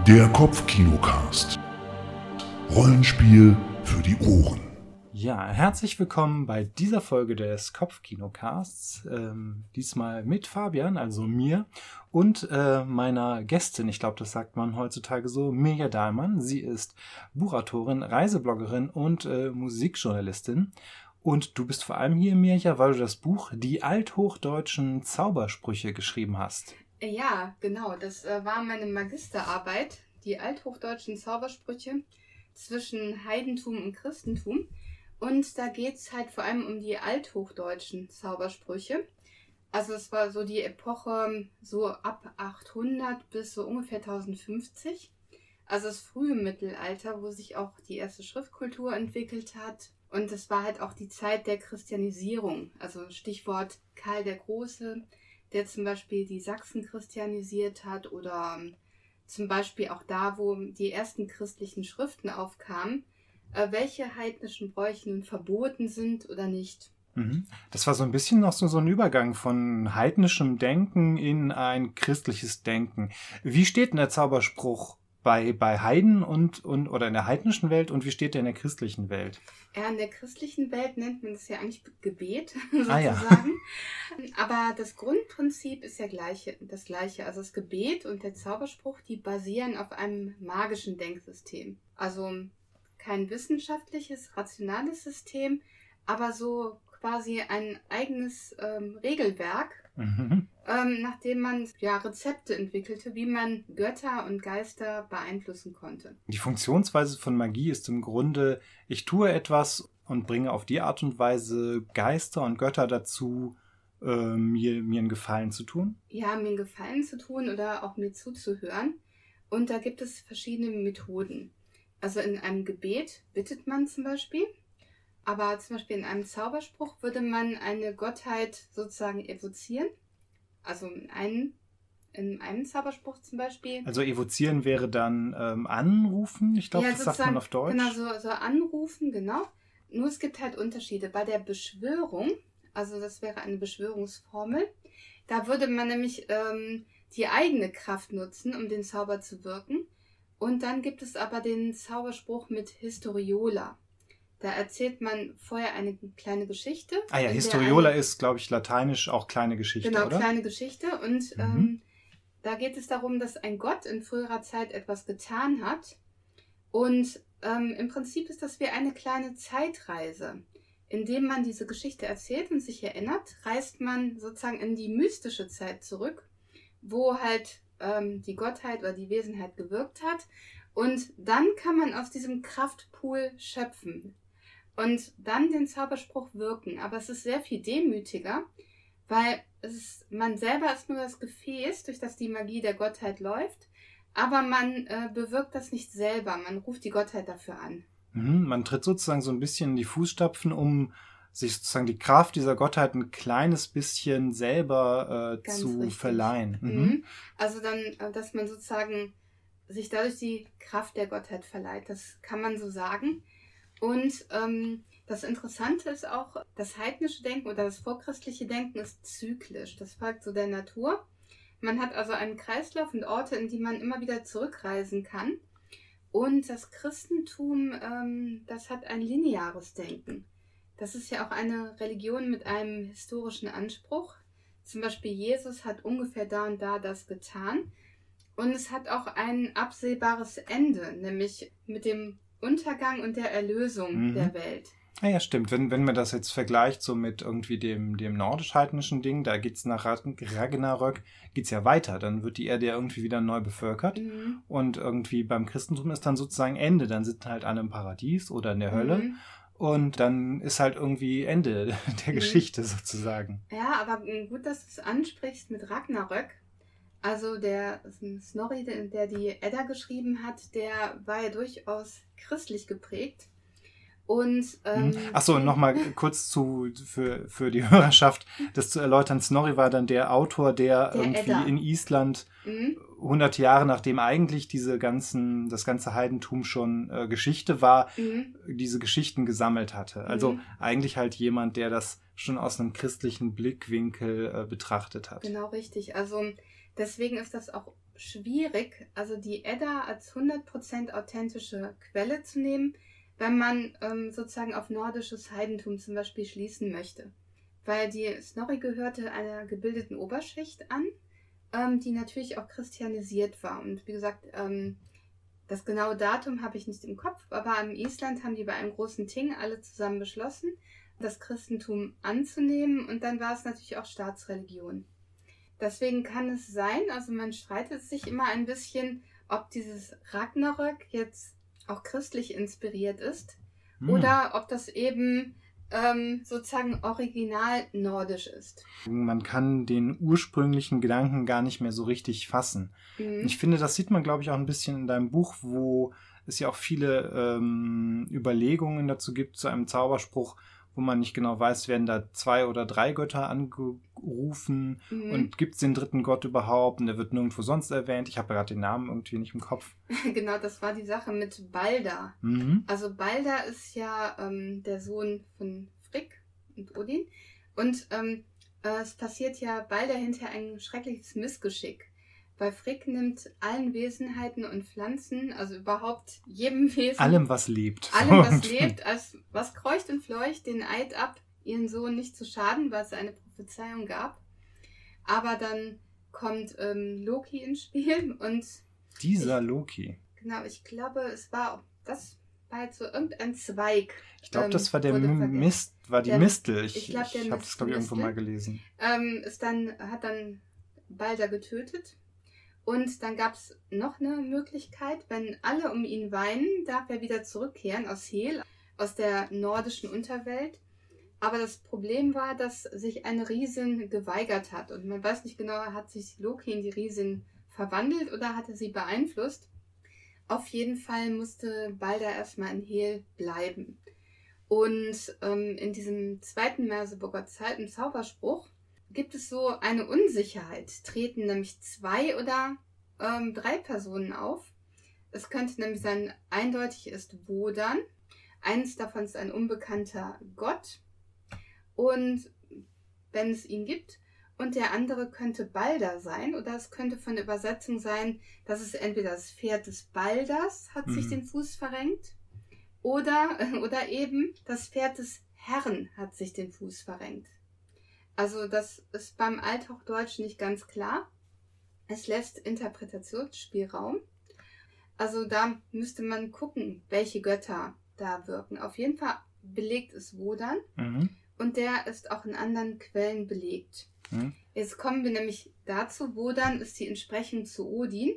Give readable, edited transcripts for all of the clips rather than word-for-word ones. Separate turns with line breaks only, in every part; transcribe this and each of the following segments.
Der Kopfkinocast. Rollenspiel für die Ohren.
Ja, herzlich willkommen bei dieser Folge des Kopfkinocasts. Diesmal mit Fabian, also mir, und meiner Gästin, ich glaube, das sagt man heutzutage so, Mirja Dahlmann. Sie ist Buchautorin, Reisebloggerin und Musikjournalistin. Und du bist vor allem hier, Mirja, weil du das Buch Die althochdeutschen Zaubersprüche geschrieben hast.
Ja, genau. Das war meine Magisterarbeit, die althochdeutschen Zaubersprüche zwischen Heidentum und Christentum. Und da geht es halt vor allem um die althochdeutschen Zaubersprüche. Also es war so die Epoche so ab 800 bis so ungefähr 1050. Also das frühe Mittelalter, wo sich auch die erste Schriftkultur entwickelt hat. Und es war halt auch die Zeit der Christianisierung. Also Stichwort Karl der Große, der zum Beispiel die Sachsen christianisiert hat, oder zum Beispiel auch da, wo die ersten christlichen Schriften aufkamen, welche heidnischen Bräuche nun verboten sind oder nicht.
Das war so ein bisschen noch so ein Übergang von heidnischem Denken in ein christliches Denken. Wie steht denn der Zauberspruch bei Heiden oder in der heidnischen Welt, und wie steht der in der christlichen Welt?
Ja, in der christlichen Welt nennt man das ja eigentlich Gebet, sozusagen.
Ah, ja.
Aber das Grundprinzip ist ja das gleiche. Also das Gebet und der Zauberspruch, die basieren auf einem magischen Denksystem. Also kein wissenschaftliches, rationales System, aber so quasi ein eigenes Regelwerk, nachdem man Rezepte entwickelte, wie man Götter und Geister beeinflussen konnte.
Die Funktionsweise von Magie ist im Grunde, ich tue etwas und bringe auf die Art und Weise Geister und Götter dazu, mir einen Gefallen zu tun?
Ja, mir einen Gefallen zu tun oder auch mir zuzuhören. Und da gibt es verschiedene Methoden. Also in einem Gebet bittet man zum Beispiel, aber zum Beispiel in einem Zauberspruch würde man eine Gottheit sozusagen evozieren. Also in einem Zauberspruch zum Beispiel.
Also evozieren wäre dann anrufen, ich glaube, das sagt man auf Deutsch.
Genau, so anrufen, genau. Nur es gibt halt Unterschiede. Bei der Beschwörung, also das wäre eine Beschwörungsformel, da würde man nämlich die eigene Kraft nutzen, um den Zauber zu wirken. Und dann gibt es aber den Zauberspruch mit Historiola. Da erzählt man vorher eine kleine Geschichte.
Ah ja, Historiola ist, glaube ich, lateinisch auch kleine Geschichte,
genau,
oder?
Genau, kleine Geschichte. Und da geht es darum, dass ein Gott in früherer Zeit etwas getan hat. Und im Prinzip ist das wie eine kleine Zeitreise. Indem man diese Geschichte erzählt und sich erinnert, reist man sozusagen in die mystische Zeit zurück, wo halt die Gottheit oder die Wesenheit gewirkt hat. Und dann kann man aus diesem Kraftpool schöpfen und dann den Zauberspruch wirken. Aber es ist sehr viel demütiger, weil man selber ist nur das Gefäß, durch das die Magie der Gottheit läuft. Aber man bewirkt das nicht selber. Man ruft die Gottheit dafür an.
Man tritt sozusagen so ein bisschen in die Fußstapfen, um sich sozusagen die Kraft dieser Gottheit ein kleines bisschen selber zu
richtig
verleihen.
Also dann, dass man sozusagen sich dadurch die Kraft der Gottheit verleiht. Das kann man so sagen. Und das Interessante ist auch, das heidnische Denken oder das vorchristliche Denken ist zyklisch. Das folgt so der Natur. Man hat also einen Kreislauf und Orte, in die man immer wieder zurückreisen kann. Und das Christentum, das hat ein lineares Denken. Das ist ja auch eine Religion mit einem historischen Anspruch. Zum Beispiel Jesus hat ungefähr da und da das getan. Und es hat auch ein absehbares Ende, nämlich mit dem Untergang und der Erlösung der Welt.
Ja, stimmt. Wenn man das jetzt vergleicht so mit irgendwie dem nordisch-heidnischen Ding, da geht's nach Ragnarök, geht's ja weiter. Dann wird die Erde ja irgendwie wieder neu bevölkert. Und irgendwie beim Christentum ist dann sozusagen Ende. Dann sind halt alle im Paradies oder in der Hölle. Und dann ist halt irgendwie Ende der Geschichte sozusagen.
Ja, aber gut, dass du es ansprichst mit Ragnarök. Also der Snorri, der die Edda geschrieben hat, der war ja durchaus christlich geprägt. Und
Achso, nochmal kurz für die Hörerschaft, das zu erläutern. Snorri war dann der Autor, der irgendwie Edda in Island 100 Jahre, nachdem eigentlich das ganze Heidentum schon Geschichte war, diese Geschichten gesammelt hatte. Also eigentlich halt jemand, der das schon aus einem christlichen Blickwinkel betrachtet hat.
Genau, richtig. Also deswegen ist das auch schwierig, also die Edda als 100% authentische Quelle zu nehmen, wenn man sozusagen auf nordisches Heidentum zum Beispiel schließen möchte. Weil die Snorri gehörte einer gebildeten Oberschicht an, die natürlich auch christianisiert war. Und wie gesagt, das genaue Datum habe ich nicht im Kopf, aber in Island haben die bei einem großen Ting alle zusammen beschlossen, das Christentum anzunehmen, und dann war es natürlich auch Staatsreligion. Deswegen kann es sein, also man streitet sich immer ein bisschen, ob dieses Ragnarök jetzt auch christlich inspiriert ist oder ob das eben sozusagen original nordisch ist.
Man kann den ursprünglichen Gedanken gar nicht mehr so richtig fassen. Ich finde, das sieht man, glaube ich, auch ein bisschen in deinem Buch, wo es ja auch viele Überlegungen dazu gibt zu einem Zauberspruch, wo man nicht genau weiß, werden da 2 oder 3 Götter angerufen und gibt es den dritten Gott überhaupt, und der wird nirgendwo sonst erwähnt. Ich habe gerade den Namen irgendwie nicht im Kopf.
Genau, das war die Sache mit Balder. Also Balder ist ja der Sohn von Frigg und Odin, und es passiert ja Balder hinterher ein schreckliches Missgeschick. Weil Frigg nimmt allen Wesenheiten und Pflanzen, also überhaupt jedem Wesen,
allem, was lebt,
als was kreucht und fleucht, den Eid ab, ihren Sohn nicht zu schaden, weil es eine Prophezeiung gab. Aber dann kommt Loki ins Spiel, und
Loki.
Genau, ich glaube, das war jetzt so irgendein Zweig.
Ich glaube, das war die Mistel. Ich habe das, glaube ich, irgendwo mal gelesen.
Hat dann Balder getötet. Und dann gab es noch eine Möglichkeit, wenn alle um ihn weinen, darf er wieder zurückkehren aus Hel, aus der nordischen Unterwelt. Aber das Problem war, dass sich eine Riesin geweigert hat. Und man weiß nicht genau, hat sich Loki in die Riesin verwandelt oder hat er sie beeinflusst? Auf jeden Fall musste Balder erstmal in Hel bleiben. Und in diesem zweiten Merseburger Zauberspruch gibt es so eine Unsicherheit. Treten nämlich 2 oder 3 Personen auf. Es könnte nämlich sein, eindeutig ist Wodan. Eines davon ist ein unbekannter Gott. Und wenn es ihn gibt. Und der andere könnte Balder sein. Oder es könnte von der Übersetzung sein, dass es entweder das Pferd des Balders hat sich den Fuß verrenkt. Oder eben das Pferd des Herrn hat sich den Fuß verrenkt. Also das ist beim Althochdeutsch nicht ganz klar. Es lässt Interpretationsspielraum. Also da müsste man gucken, welche Götter da wirken. Auf jeden Fall belegt es Wodan. Und der ist auch in anderen Quellen belegt. Jetzt kommen wir nämlich dazu. Wodan ist die Entsprechung zu Odin.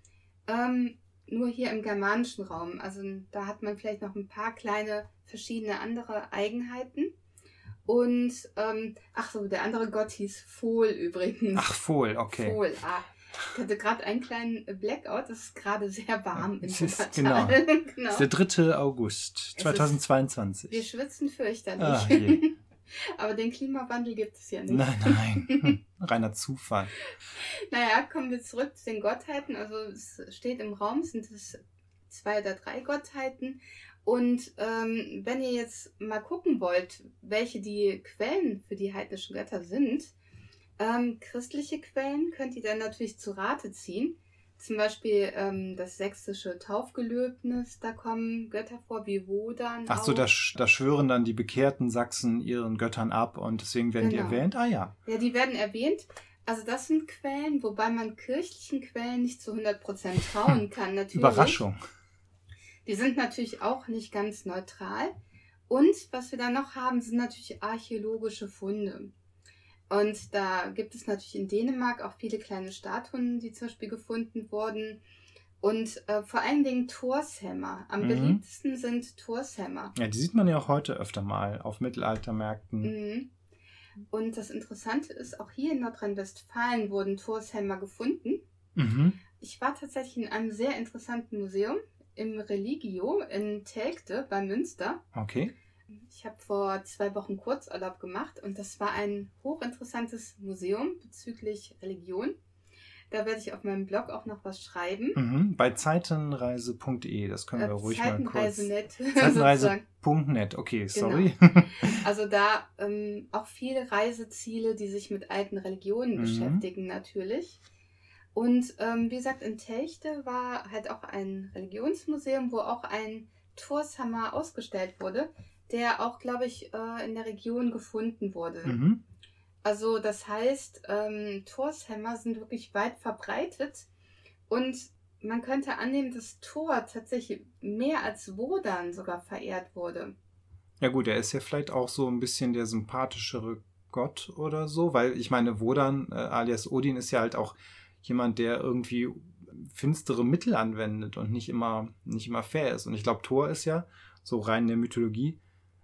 Nur hier im germanischen Raum. Also da hat man vielleicht noch ein paar kleine verschiedene andere Eigenheiten. Und, der andere Gott hieß Vol übrigens.
Ach, Vol, okay.
Vol, ich hatte gerade einen kleinen Blackout, das ist gerade sehr warm in Wuppertal.
Genau. Genau. Das ist der 3. August 2022.
Wir schwitzen fürchterlich.
Ach, je.
Aber den Klimawandel gibt es ja nicht.
Nein. Reiner Zufall.
Naja, kommen wir zurück zu den Gottheiten. Also es steht im Raum, sind es 2 oder 3 Gottheiten. Und wenn ihr jetzt mal gucken wollt, welche die Quellen für die heidnischen Götter sind, christliche Quellen könnt ihr dann natürlich zu Rate ziehen. Zum Beispiel das sächsische Taufgelöbnis, da kommen Götter vor wie Wodan.
Ach so, da schwören dann die bekehrten Sachsen ihren Göttern ab und deswegen werden die erwähnt? Ah ja.
Ja, die werden erwähnt. Also das sind Quellen, wobei man kirchlichen Quellen nicht zu 100% trauen kann. Natürlich.
Überraschung.
Die sind natürlich auch nicht ganz neutral. Und was wir dann noch haben, sind natürlich archäologische Funde. Und da gibt es natürlich in Dänemark auch viele kleine Statuen, die zum Beispiel gefunden wurden. Und vor allen Dingen Thorshämmer. Am beliebtesten sind Thorshämmer.
Ja, die sieht man ja auch heute öfter mal auf Mittelaltermärkten.
Und das Interessante ist, auch hier in Nordrhein-Westfalen wurden Thorshämmer gefunden. Ich war tatsächlich in einem sehr interessanten Museum. Im Religio in Telgte bei Münster.
Okay.
Ich habe vor 2 Wochen Kurzurlaub gemacht und das war ein hochinteressantes Museum bezüglich Religion. Da werde ich auf meinem Blog auch noch was schreiben.
Bei zeitenreise.de, das können wir ruhig mal kurz.
Zeitenreise.net.
Zeitenreise.net, okay, sorry.
Genau. Also da auch viele Reiseziele, die sich mit alten Religionen beschäftigen natürlich. Und wie gesagt, in Telchte war halt auch ein Religionsmuseum, wo auch ein Thorshammer ausgestellt wurde, der auch, glaube ich, in der Region gefunden wurde.
Mhm.
Also das heißt, Thorshämmer sind wirklich weit verbreitet und man könnte annehmen, dass Thor tatsächlich mehr als Wodan sogar verehrt wurde.
Ja gut, er ist ja vielleicht auch so ein bisschen der sympathischere Gott oder so, weil ich meine, Wodan alias Odin ist ja halt auch jemand, der irgendwie finstere Mittel anwendet und nicht immer fair ist. Und ich glaube, Thor ist ja, so rein in der Mythologie,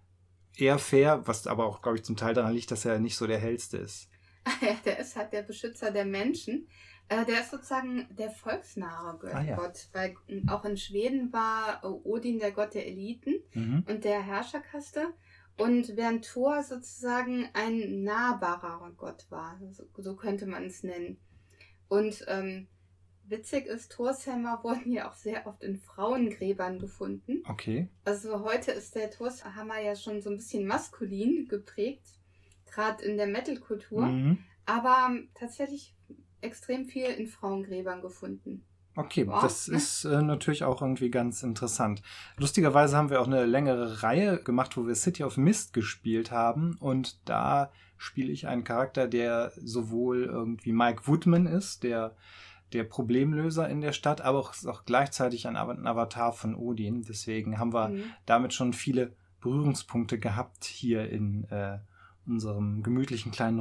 eher fair, was aber auch, glaube ich, zum Teil daran liegt, dass er nicht so der hellste ist.
Ja, der ist halt der Beschützer der Menschen. Der ist sozusagen der volksnahe Gott, weil auch in Schweden war Odin der Gott der Eliten und der Herrscherkaste. Und während Thor sozusagen ein nahbarer Gott war, so könnte man es nennen. Und witzig ist, Thorshämmer wurden ja auch sehr oft in Frauengräbern gefunden.
Okay.
Also heute ist der Thorhammer ja schon so ein bisschen maskulin geprägt, gerade in der Metal-Kultur, aber tatsächlich extrem viel in Frauengräbern gefunden.
Okay, wow. Das ist natürlich auch irgendwie ganz interessant. Lustigerweise haben wir auch eine längere Reihe gemacht, wo wir City of Mist gespielt haben und da spiele ich einen Charakter, der sowohl irgendwie Mike Woodman ist, der Problemlöser in der Stadt, aber auch gleichzeitig ein Avatar von Odin. Deswegen haben wir damit schon viele Berührungspunkte gehabt hier in unserem gemütlichen kleinen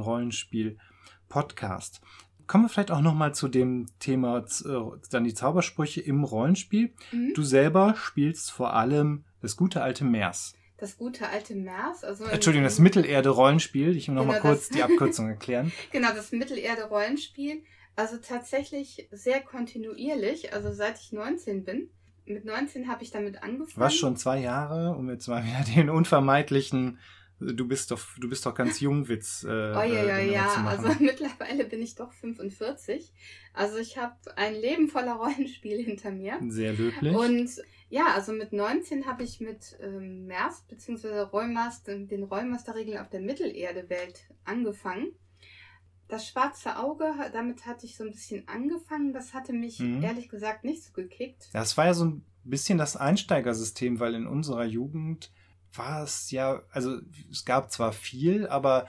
Rollenspiel-Podcast. Kommen wir vielleicht auch nochmal zu dem Thema dann die Zaubersprüche im Rollenspiel. Du selber spielst vor allem das gute alte Mers.
Das gute alte Mers. Also
Entschuldigung, das Mittelerde-Rollenspiel. Ich will nochmal kurz die Abkürzung erklären.
Genau, das Mittelerde-Rollenspiel. Also tatsächlich sehr kontinuierlich, also seit ich 19 bin. Mit 19 habe ich damit angefangen.
Was, schon 2 Jahre, um jetzt mal wieder den unvermeidlichen Du bist doch ganz jung, Witz zu machen.
Also mittlerweile bin ich doch 45. Also ich habe ein Leben voller Rollenspiel hinter mir.
Sehr löblich.
Und ja, also mit 19 habe ich mit Mers bzw. den Rollmaster-Regeln auf der Mittelerde-Welt angefangen. Das schwarze Auge, damit hatte ich so ein bisschen angefangen. Das hatte mich ehrlich gesagt nicht so gekickt.
Das war ja so ein bisschen das Einsteigersystem, weil in unserer Jugend war es ja, also es gab zwar viel, aber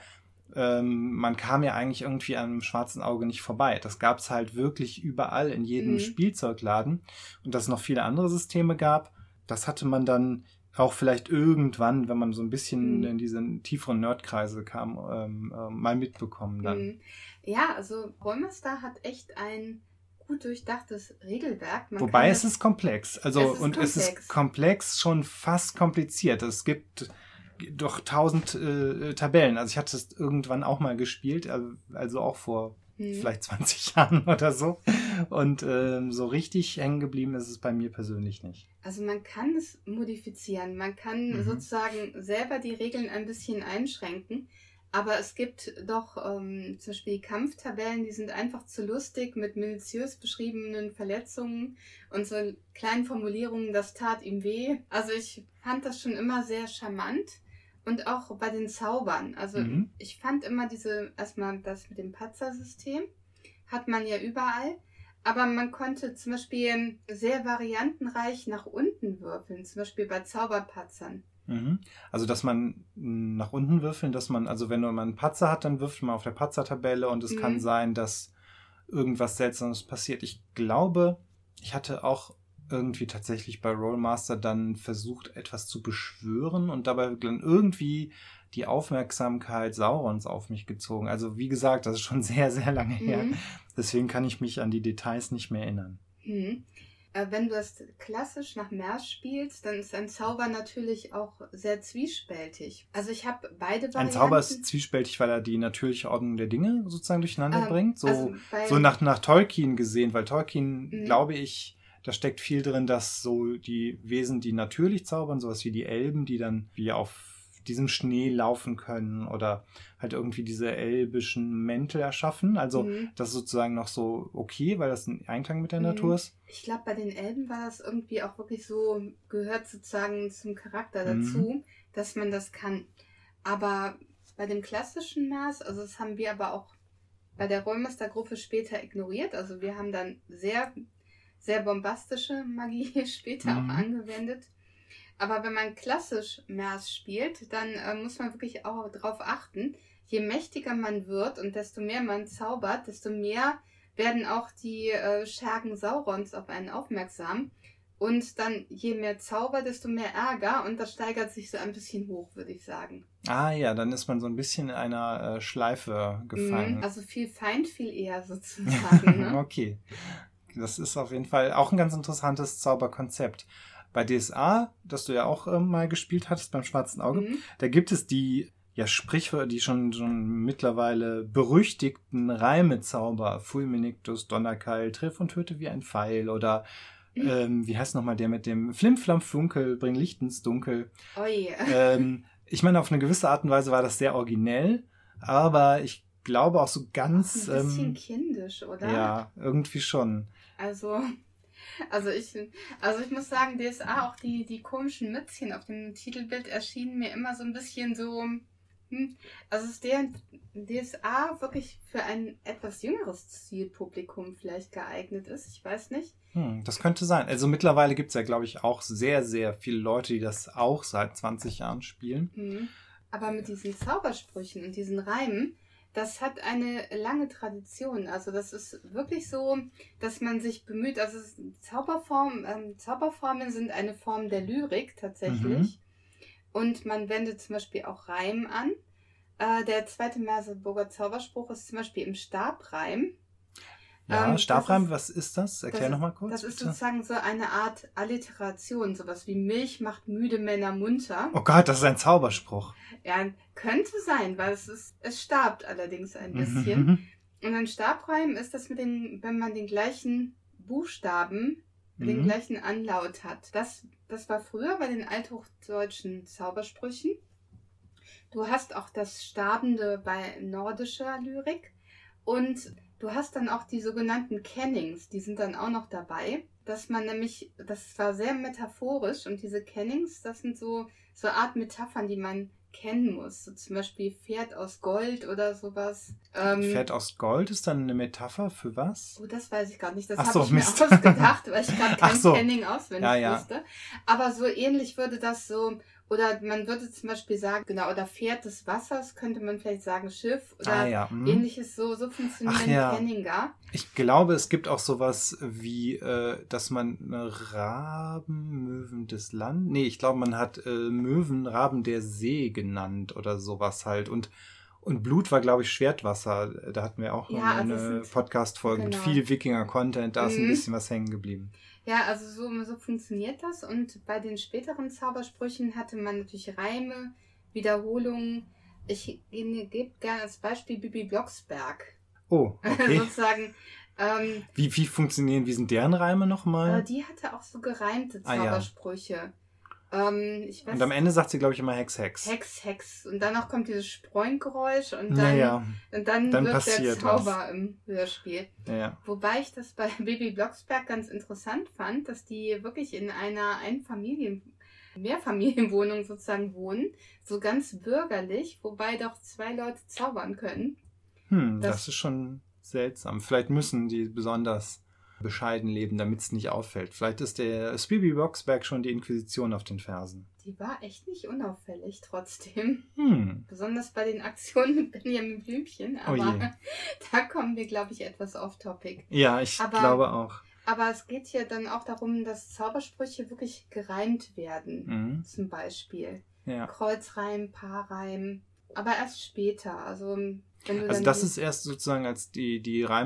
man kam ja eigentlich irgendwie an einem schwarzen Auge nicht vorbei. Das gab es halt wirklich überall in jedem Spielzeugladen. Und dass es noch viele andere Systeme gab, das hatte man dann auch vielleicht irgendwann, wenn man so ein bisschen in diese tieferen Nerdkreise kam, mal mitbekommen dann.
Ja, also Rollmaster hat echt ein gut durchdachtes Regelwerk.
Wobei es ist komplex. Es ist komplex, schon fast kompliziert. Es gibt doch 1000 Tabellen. Also ich hatte es irgendwann auch mal gespielt, also auch vor vielleicht 20 Jahren oder so. Und so richtig hängen geblieben ist es bei mir persönlich nicht.
Also man kann es modifizieren. Man kann sozusagen selber die Regeln ein bisschen einschränken. Aber es gibt doch zum Beispiel die Kampftabellen, die sind einfach zu lustig mit minutiös beschriebenen Verletzungen und so kleinen Formulierungen, das tat ihm weh. Also ich fand das schon immer sehr charmant und auch bei den Zaubern. Also ich fand immer erstmal das mit dem Patzer-System, hat man ja überall. Aber man konnte zum Beispiel sehr variantenreich nach unten würfeln, zum Beispiel bei Zauberpatzern.
Also, dass man nach unten würfeln, also wenn man einen Patzer hat, dann würfelt man auf der Patzer-Tabelle und es kann sein, dass irgendwas Seltsames passiert. Ich glaube, ich hatte auch irgendwie tatsächlich bei Rollmaster dann versucht, etwas zu beschwören und dabei dann irgendwie die Aufmerksamkeit Saurons auf mich gezogen. Also, wie gesagt, das ist schon sehr, sehr lange her. Deswegen kann ich mich an die Details nicht mehr erinnern.
Wenn du das klassisch nach Mers spielst, dann ist ein Zauber natürlich auch sehr zwiespältig. Also ich habe beide Varianten.
Ein Zauber ist zwiespältig, weil er die natürliche Ordnung der Dinge sozusagen durcheinander bringt. So nach Tolkien gesehen, weil Tolkien, glaube ich, da steckt viel drin, dass so die Wesen, die natürlich zaubern, sowas wie die Elben, die dann wie auf diesem Schnee laufen können oder halt irgendwie diese elbischen Mäntel erschaffen. Also das ist sozusagen noch so okay, weil das ein Einklang mit der Natur ist.
Ich glaube, bei den Elben war das irgendwie auch wirklich so, gehört sozusagen zum Charakter dazu, dass man das kann. Aber bei dem klassischen Mers, also das haben wir aber auch bei der Rollmeistergruppe später ignoriert. Also wir haben dann sehr, sehr bombastische Magie später auch angewendet. Aber wenn man klassisch Mers spielt, dann muss man wirklich auch darauf achten, je mächtiger man wird und desto mehr man zaubert, desto mehr werden auch die Schergen Saurons auf einen aufmerksam. Und dann je mehr Zauber, desto mehr Ärger. Und das steigert sich so ein bisschen hoch, würde ich sagen.
Ah ja, dann ist man so ein bisschen in einer Schleife gefangen.
Also viel Feind, viel eher sozusagen. Ne?
Okay. Das ist auf jeden Fall auch ein ganz interessantes Zauberkonzept. Bei DSA, das du ja auch mal gespielt hattest beim Schwarzen Auge, da gibt es die Sprichwörter, die schon mittlerweile berüchtigten Reimezauber. Fulminictus, Donnerkeil, triff und töte wie ein Pfeil oder wie heißt nochmal der mit dem Flimflam-Funkel, bring Licht ins Dunkel.
Oh je.
Ich meine, auf eine gewisse Art und Weise war das sehr originell, aber ich glaube auch so ganz...
Ein bisschen kindisch, oder?
Ja, irgendwie schon.
Also ich muss sagen, DSA, auch die komischen Mützchen auf dem Titelbild erschienen mir immer so ein bisschen so... Also ist der DSA wirklich für ein etwas jüngeres Zielpublikum vielleicht geeignet ist? Ich weiß nicht.
Das könnte sein. Also mittlerweile gibt es ja, glaube ich, auch sehr, sehr viele Leute, die das auch seit 20 Jahren spielen.
Aber mit diesen Zaubersprüchen und diesen Reimen, das hat eine lange Tradition. Also das ist wirklich so, dass man sich bemüht. Also Zauberformeln sind eine Form der Lyrik tatsächlich. Und man wendet zum Beispiel auch Reim an. Der zweite Merseburger Zauberspruch ist zum Beispiel im Stabreim.
Ja, Stabreim, was ist das? Erklär nochmal kurz.
Das ist
bitte.
sozusagen so eine Art Alliteration, sowas wie Milch macht müde Männer munter.
Oh Gott, das ist ein Zauberspruch.
Ja, könnte sein, weil es stabt allerdings ein bisschen. Und ein Stabreim ist das wenn man den gleichen Buchstaben, den gleichen Anlaut hat. Das war früher bei den althochdeutschen Zaubersprüchen. Du hast auch das Stabende bei nordischer Lyrik und du hast dann auch die sogenannten Kennings, die sind dann auch noch dabei, dass man nämlich, das war sehr metaphorisch und diese Kennings, das sind so Art Metaphern, die man kennen muss. So zum Beispiel Pferd aus Gold oder sowas.
Pferd aus Gold ist dann eine Metapher für was?
Oh, das weiß ich gar nicht. Das
Ach
habe
so,
ich mir
Mist.
ausgedacht, weil ich gerade kein Kenning auswendig wusste. Aber so ähnlich würde das so, oder man würde zum Beispiel sagen, genau, oder Pferd des Wassers könnte man vielleicht sagen Schiff oder ähnliches. So funktionieren Kenninger.
Ich glaube, es gibt auch sowas wie, dass man Raben, Möwen des Landes, ich glaube, man hat Möwen, Raben der See genannt oder sowas halt und Blut war, glaube ich, Schwertwasser. Da hatten wir auch eine Podcast-Folge mit viel Wikinger-Content. Da ist ein bisschen was hängen geblieben.
Ja, also so funktioniert das. Und bei den späteren Zaubersprüchen hatte man natürlich Reime, Wiederholungen. Ich gebe gerne als Beispiel Bibi Blocksberg.
Oh, okay.
Sozusagen.
Wie sind deren Reime nochmal?
Die hatte auch so gereimte Zaubersprüche. Ich weiß,
und am Ende sagt sie, glaube ich, immer Hex, Hex.
Hex, Hex. Und dann noch kommt dieses Spreungeräusch und dann wird der Zauber im Hörspiel.
Ja.
Wobei ich das bei Bibi Blocksberg ganz interessant fand, dass die wirklich in einer Mehrfamilienwohnung sozusagen wohnen. So ganz bürgerlich, wobei doch 2 Leute zaubern können.
Das ist schon seltsam. Vielleicht müssen die besonders bescheiden leben, damit es nicht auffällt. Vielleicht ist der Bibi Blocksberg schon die Inquisition auf den Fersen.
Die war echt nicht unauffällig trotzdem. Besonders bei den Aktionen mit Benjamin Blümchen. Aber da kommen wir, glaube ich, etwas off-topic.
Ja, ich glaube auch.
Aber es geht hier dann auch darum, dass Zaubersprüche wirklich gereimt werden. Zum Beispiel. Ja. Kreuzreim, Paarreim. Aber erst später. Also
das ist erst sozusagen als die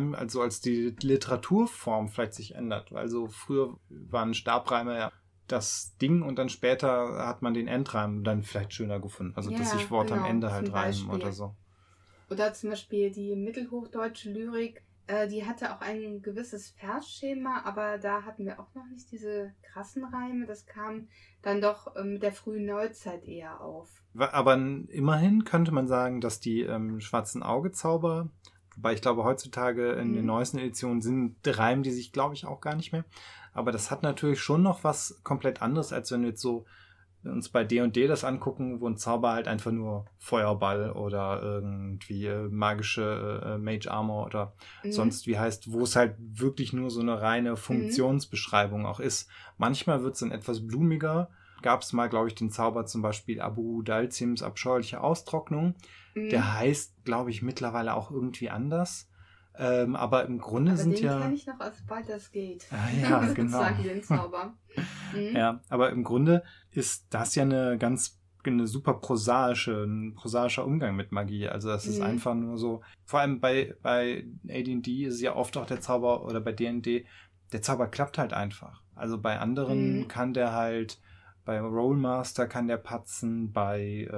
Literaturform vielleicht sich ändert. Weil so früher waren Stabreime ja das Ding und dann später hat man den Endreim dann vielleicht schöner gefunden. Also dass sich Worte am Ende halt reimen oder so.
Oder zum Beispiel die mittelhochdeutsche Lyrik, die hatte auch ein gewisses Versschema, aber da hatten wir auch noch nicht diese krassen Reime. Das kam dann doch mit der frühen Neuzeit eher auf.
Aber immerhin könnte man sagen, dass die schwarzen Augezauber, wobei ich glaube heutzutage in den neuesten Editionen reimen die sich, glaube ich, auch gar nicht mehr. Aber das hat natürlich schon noch was komplett anderes, als wenn du jetzt so uns bei D&D das angucken, wo ein Zauber halt einfach nur Feuerball oder irgendwie magische Mage Armor oder sonst wie heißt, wo es halt wirklich nur so eine reine Funktionsbeschreibung auch ist. Manchmal wird es dann etwas blumiger. Gab es mal, glaube ich, den Zauber zum Beispiel Abu Dalzims abscheuliche Austrocknung. Der heißt, glaube ich, mittlerweile auch irgendwie anders. Aber im Grunde sind
den kenne ich noch aus Baldur's Gate.
Ja, genau.
Sozusagen den Zauber.
Ja, aber im Grunde ist das ja eine super ein prosaischer Umgang mit Magie. Also das ist einfach nur so, vor allem bei AD&D ist es ja oft auch der Zauber, oder bei D&D, der Zauber klappt halt einfach. Also bei anderen kann der halt, bei Rollmaster kann der patzen, bei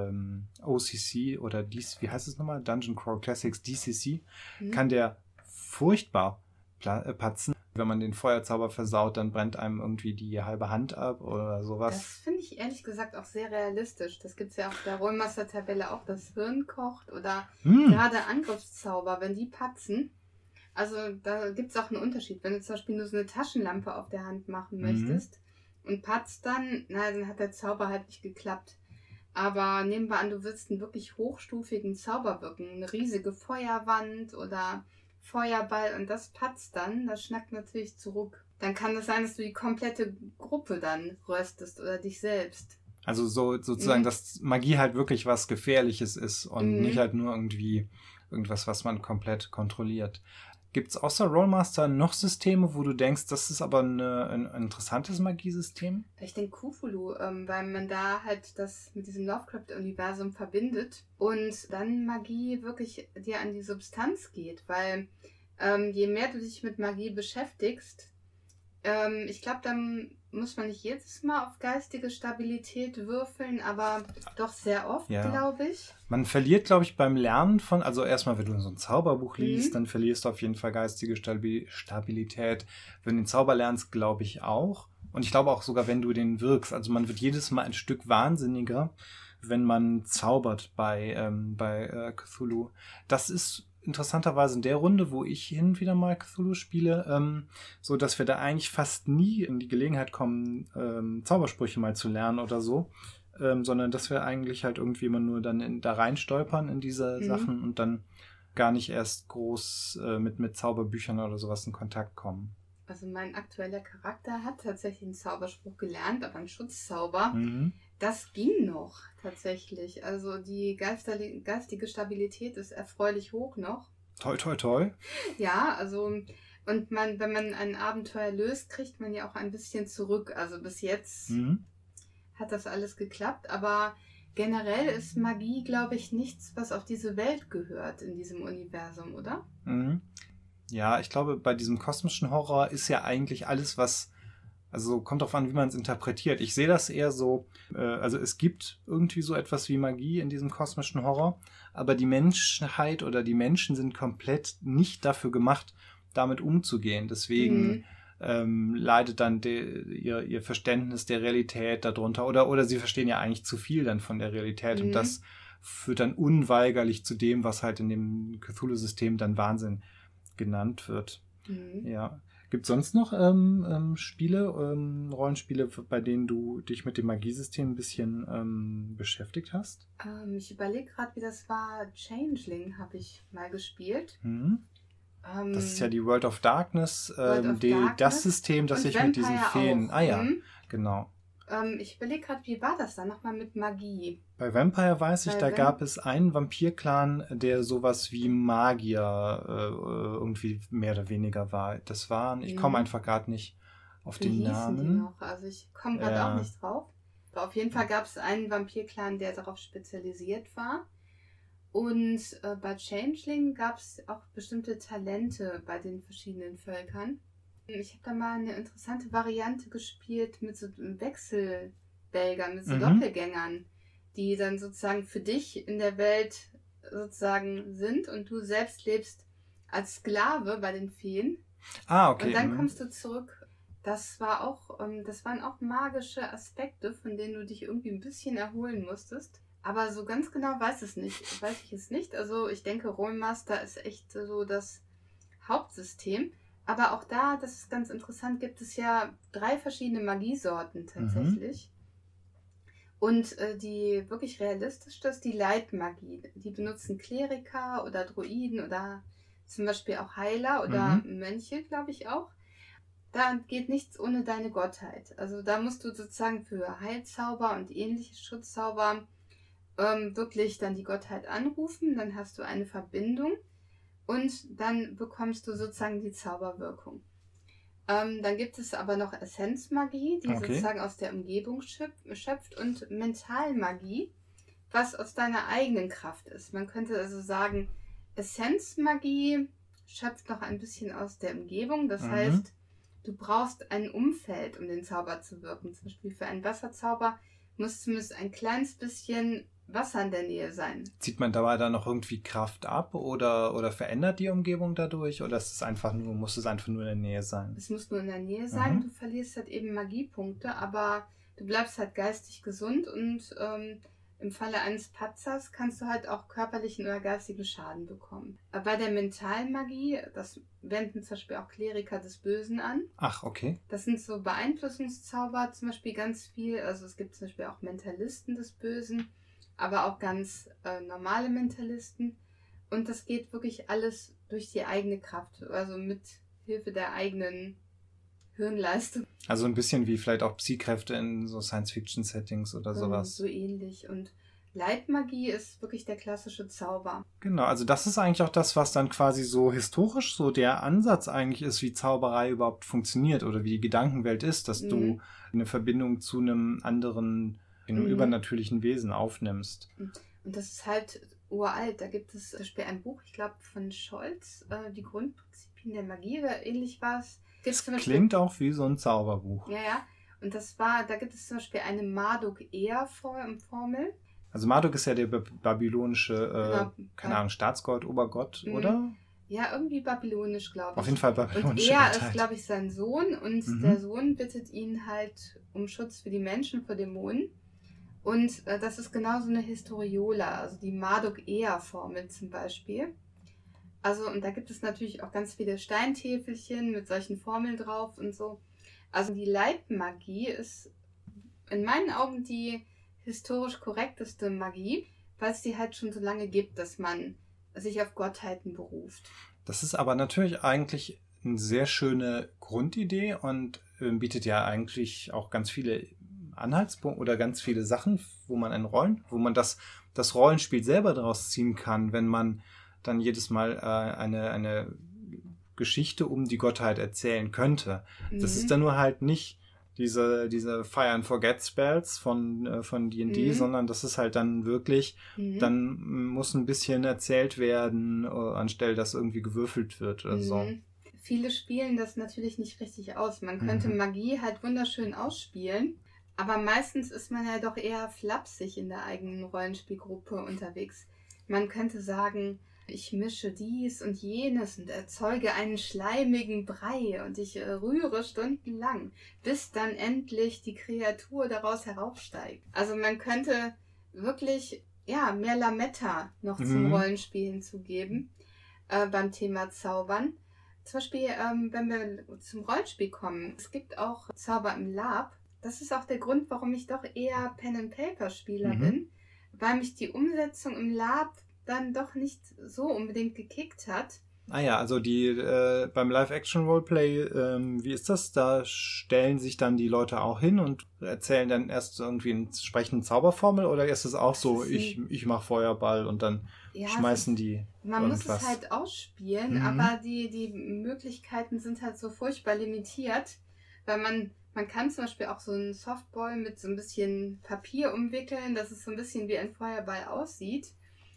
OCC oder wie heißt es nochmal? Dungeon Crawl Classics, DCC, kann der furchtbar patzen. Wenn man den Feuerzauber versaut, dann brennt einem irgendwie die halbe Hand ab oder sowas.
Das finde ich ehrlich gesagt auch sehr realistisch. Das gibt es ja auf der Rollmaster-Tabelle auch, das Hirn kocht oder gerade Angriffszauber, wenn die patzen. Also da gibt es auch einen Unterschied. Wenn du zum Beispiel nur so eine Taschenlampe auf der Hand machen möchtest und patzt dann hat der Zauber halt nicht geklappt. Aber nehmen wir an, du willst einen wirklich hochstufigen Zauber wirken, eine riesige Feuerwand oder Feuerball und das patzt dann, das schnackt natürlich zurück. Dann kann es sein, dass du die komplette Gruppe dann röstest oder dich selbst.
Also sozusagen, dass Magie halt wirklich was Gefährliches ist und nicht halt nur irgendwie irgendwas, was man komplett kontrolliert. Gibt es außer Rollmaster noch Systeme, wo du denkst, das ist aber ein interessantes Magiesystem?
Ich denke Cthulhu, weil man da halt das mit diesem Lovecraft-Universum verbindet und dann Magie wirklich dir an die Substanz geht, weil je mehr du dich mit Magie beschäftigst, ich glaube, dann muss man nicht jedes Mal auf geistige Stabilität würfeln, aber doch sehr oft, glaube ich.
Man verliert, glaube ich, beim Lernen also erstmal, wenn du so ein Zauberbuch liest, dann verlierst du auf jeden Fall geistige Stabilität. Wenn du den Zauber lernst, glaube ich auch. Und ich glaube auch sogar, wenn du den wirkst. Also man wird jedes Mal ein Stück wahnsinniger, wenn man zaubert bei Cthulhu. Das ist interessanterweise in der Runde, wo ich hin wieder mal Cthulhu spiele, so dass wir da eigentlich fast nie in die Gelegenheit kommen, Zaubersprüche mal zu lernen oder so, sondern dass wir eigentlich halt irgendwie immer nur dann da rein stolpern in diese Sachen und dann gar nicht erst groß mit Zauberbüchern oder sowas in Kontakt kommen.
Also mein aktueller Charakter hat tatsächlich einen Zauberspruch gelernt, aber einen Schutzzauber. Das ging noch tatsächlich. Also die geistige Stabilität ist erfreulich hoch noch.
Toi, toi, toi.
Ja, also und wenn man ein Abenteuer löst, kriegt man ja auch ein bisschen zurück. Also bis jetzt hat das alles geklappt, aber generell ist Magie, glaube ich, nichts, was auf diese Welt gehört in diesem Universum, oder?
Ja, ich glaube, bei diesem kosmischen Horror ist ja eigentlich alles, also kommt drauf an, wie man es interpretiert. Ich sehe das eher so, also es gibt irgendwie so etwas wie Magie in diesem kosmischen Horror, aber die Menschheit oder die Menschen sind komplett nicht dafür gemacht, damit umzugehen. Deswegen leidet dann ihr Verständnis der Realität darunter oder sie verstehen ja eigentlich zu viel dann von der Realität und das führt dann unweigerlich zu dem, was halt in dem Cthulhu-System dann Wahnsinn genannt wird. Ja. Gibt es sonst noch Rollenspiele, bei denen du dich mit dem Magiesystem ein bisschen beschäftigt hast?
Ich überlege gerade, wie das war. Changeling habe ich mal gespielt.
Das ist ja die World of Darkness, das System, das sich mit diesen Feen...
Auch.
Ah ja, genau.
Ich überlege gerade, wie war das dann nochmal mit Magie?
Bei Vampire weiß ich, da gab es einen Vampir-Clan, der sowas wie Magier irgendwie mehr oder weniger war. Das waren, ich komme einfach gerade nicht auf den Namen.
Die noch? Also ich komme gerade auch nicht drauf. Aber auf jeden Fall gab es einen Vampir-Clan, der darauf spezialisiert war. Und bei Changeling gab es auch bestimmte Talente bei den verschiedenen Völkern. Ich habe da mal eine interessante Variante gespielt mit so Wechselbälgern, mit so Doppelgängern, die dann sozusagen für dich in der Welt sozusagen sind und du selbst lebst als Sklave bei den Feen.
Okay.
Und dann kommst du zurück. Das waren auch magische Aspekte, von denen du dich irgendwie ein bisschen erholen musstest. Aber so ganz genau weiß ich es nicht. Also ich denke, Rollmaster ist echt so das Hauptsystem. Aber auch da, das ist ganz interessant, gibt es ja 3 verschiedene Magiesorten tatsächlich. Und die wirklich realistischste ist die Leitmagie. Die benutzen Kleriker oder Druiden oder zum Beispiel auch Heiler oder Mönche, glaube ich auch. Da geht nichts ohne deine Gottheit. Also da musst du sozusagen für Heilzauber und ähnliche Schutzzauber wirklich dann die Gottheit anrufen. Dann hast du eine Verbindung und dann bekommst du sozusagen die Zauberwirkung. Dann gibt es aber noch Essenzmagie, die sozusagen aus der Umgebung schöpft, und Mentalmagie, was aus deiner eigenen Kraft ist. Man könnte also sagen, Essenzmagie schöpft noch ein bisschen aus der Umgebung. Das heißt, du brauchst ein Umfeld, um den Zauber zu wirken. Zum Beispiel für einen Wasserzauber muss zumindest ein kleines bisschen Wasser in der Nähe sein.
Zieht man dabei dann noch irgendwie Kraft ab oder verändert die Umgebung dadurch? Oder muss es einfach nur in der Nähe sein?
Es muss nur in der Nähe sein. Du verlierst halt eben Magiepunkte, aber du bleibst halt geistig gesund und im Falle eines Patzers kannst du halt auch körperlichen oder geistigen Schaden bekommen. Bei der Mentalmagie, das wenden zum Beispiel auch Kleriker des Bösen an.
Ach, okay.
Das sind so Beeinflussungszauber zum Beispiel ganz viel. Also es gibt zum Beispiel auch Mentalisten des Bösen, aber auch ganz normale Mentalisten. Und das geht wirklich alles durch die eigene Kraft, also mit Hilfe der eigenen Hirnleistung.
Also ein bisschen wie vielleicht auch Psykräfte in so Science-Fiction-Settings oder sowas.
So ähnlich. Und Leitmagie ist wirklich der klassische Zauber.
Genau, also das ist eigentlich auch das, was dann quasi so historisch so der Ansatz eigentlich ist, wie Zauberei überhaupt funktioniert oder wie die Gedankenwelt ist, dass du eine Verbindung zu einem anderen, einem übernatürlichen Wesen aufnimmst.
Und das ist halt uralt. Da gibt es zum Beispiel ein Buch, ich glaube von Scholz, die Grundprinzipien der Magie oder ähnlich war es.
Das klingt auch wie so ein Zauberbuch.
Ja. Und da gibt es zum Beispiel eine Marduk-Eer-Formel.
Also Marduk ist ja der babylonische, keine Ahnung, Staatsgott, Obergott, oder?
Ja, irgendwie babylonisch, glaube ich.
Auf jeden Fall babylonisch.
Und er ist, glaube ich, sein Sohn und der Sohn bittet ihn halt um Schutz für die Menschen vor Dämonen. Und das ist genauso eine Historiola, also die Marduk-Eer-Formel zum Beispiel. Also, und da gibt es natürlich auch ganz viele Steintäfelchen mit solchen Formeln drauf und so. Also die Leitmagie ist in meinen Augen die historisch korrekteste Magie, weil es die halt schon so lange gibt, dass man sich auf Gottheiten beruft.
Das ist aber natürlich eigentlich eine sehr schöne Grundidee und bietet ja eigentlich auch ganz viele Anhaltspunkte oder ganz viele Sachen, wo man das Rollenspiel selber daraus ziehen kann, wenn man dann jedes Mal eine Geschichte um die Gottheit erzählen könnte. Das ist dann nur halt nicht diese Fire and Forget Spells von D&D, sondern das ist halt dann wirklich, dann muss ein bisschen erzählt werden, anstelle dass irgendwie gewürfelt wird oder so.
Viele spielen das natürlich nicht richtig aus. Man könnte Magie halt wunderschön ausspielen, aber meistens ist man ja doch eher flapsig in der eigenen Rollenspielgruppe unterwegs. Man könnte sagen, ich mische dies und jenes und erzeuge einen schleimigen Brei und ich rühre stundenlang, bis dann endlich die Kreatur daraus heraufsteigt. Also man könnte wirklich mehr Lametta noch zum Rollenspiel hinzugeben beim Thema Zaubern. Zum Beispiel, wenn wir zum Rollenspiel kommen, es gibt auch Zauber im Lab. Das ist auch der Grund, warum ich doch eher Pen-and-Paper-Spieler bin, weil mich die Umsetzung im Lab dann doch nicht so unbedingt gekickt hat.
Ah ja, also beim Live-Action-Roleplay, wie ist das? Da stellen sich dann die Leute auch hin und erzählen dann erst irgendwie eine entsprechende Zauberformel oder ist es auch so, ich mache Feuerball und dann schmeißen die
man irgendwas? Muss es halt ausspielen, aber die Möglichkeiten sind halt so furchtbar limitiert, weil man kann zum Beispiel auch so einen Softball mit so ein bisschen Papier umwickeln, dass es so ein bisschen wie ein Feuerball aussieht.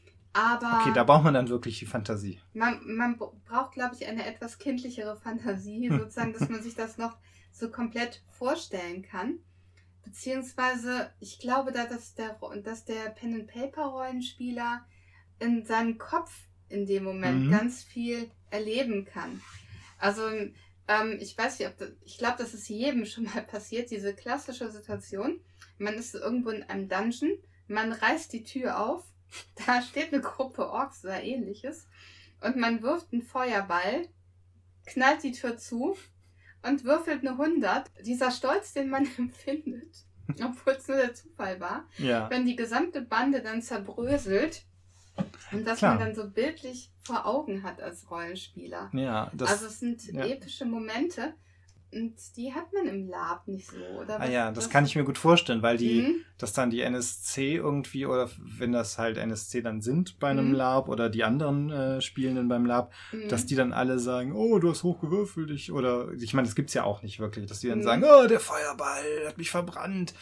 Aber
okay, da braucht man dann wirklich die Fantasie.
Man braucht, glaube ich, eine etwas kindlichere Fantasie, sozusagen, dass man sich das noch so komplett vorstellen kann. Beziehungsweise, ich glaube, dass der Pen-and-Paper-Rollenspieler in seinem Kopf in dem Moment ganz viel erleben kann. Also, ich weiß nicht, ich glaube, das ist jedem schon mal passiert, diese klassische Situation. Man ist irgendwo in einem Dungeon, man reißt die Tür auf, da steht eine Gruppe Orks oder ähnliches und man wirft einen Feuerball, knallt die Tür zu und würfelt eine 100. Dieser Stolz, den man empfindet, obwohl es nur der Zufall war.
Ja.
Wenn die gesamte Bande dann zerbröselt und dass
Klar.
man dann so bildlich vor Augen hat als Rollenspieler.
Ja,
Also es sind epische Momente und die hat man im Lab nicht so, oder?
Das kann ich mir gut vorstellen, weil
Mhm.
dass dann die NSC irgendwie, oder wenn das halt NSC dann sind bei einem Lab oder die anderen Spielenden beim Lab, dass die dann alle sagen, oh, du hast hochgewürfelt, oder ich meine, das gibt's ja auch nicht wirklich, dass die dann sagen, oh, der Feuerball hat mich verbrannt,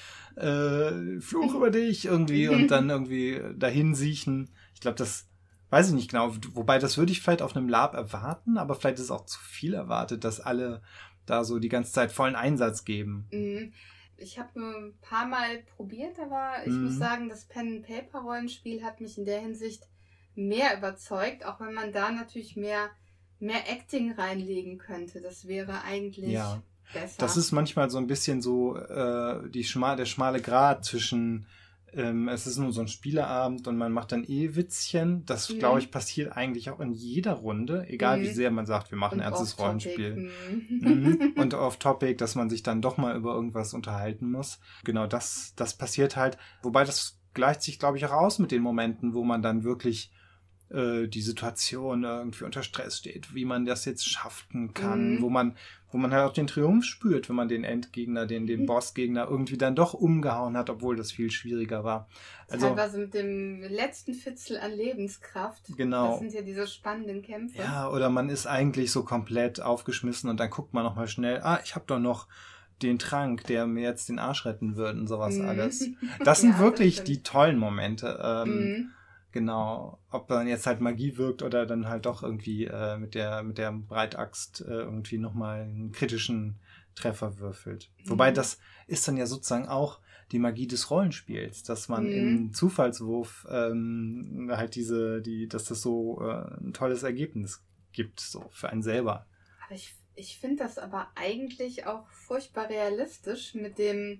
Fluch über dich irgendwie und dann irgendwie dahin siechen. Ich glaube, das weiß ich nicht genau, wobei das würde ich vielleicht auf einem Lab erwarten, aber vielleicht ist es auch zu viel erwartet, dass alle da so die ganze Zeit vollen Einsatz geben.
Ich habe nur ein paar Mal probiert, aber ich muss sagen, das Pen-and-Paper-Rollenspiel hat mich in der Hinsicht mehr überzeugt, auch wenn man da natürlich mehr Acting reinlegen könnte. Das wäre eigentlich besser.
Das ist manchmal so ein bisschen so der schmale Grat zwischen es ist nur so ein Spieleabend und man macht dann Witzchen. Das, glaube ich, passiert eigentlich auch in jeder Runde, egal wie sehr man sagt, wir machen ein ernstes Rollenspiel. Und off-topic, dass man sich dann doch mal über irgendwas unterhalten muss. Genau, das passiert halt. Wobei das gleicht sich, glaube ich, auch aus mit den Momenten, wo man dann wirklich die Situation irgendwie unter Stress steht, wie man das jetzt schaffen kann, wo man halt auch den Triumph spürt, wenn man den Endgegner, den Bossgegner irgendwie dann doch umgehauen hat, obwohl das viel schwieriger war. Also
teilweise mit dem letzten Fitzel an Lebenskraft.
Genau.
Das sind ja diese spannenden Kämpfe.
Ja, oder man ist eigentlich so komplett aufgeschmissen und dann guckt man nochmal schnell, ich habe doch noch den Trank, der mir jetzt den Arsch retten würde und sowas alles. Das sind wirklich die tollen Momente. Genau, ob dann jetzt halt Magie wirkt oder dann halt doch irgendwie mit der Breitaxt irgendwie nochmal einen kritischen Treffer würfelt. Wobei das ist dann ja sozusagen auch die Magie des Rollenspiels, dass man im Zufallswurf halt dass das so ein tolles Ergebnis gibt, so für einen selber.
Aber ich finde das aber eigentlich auch furchtbar realistisch mit dem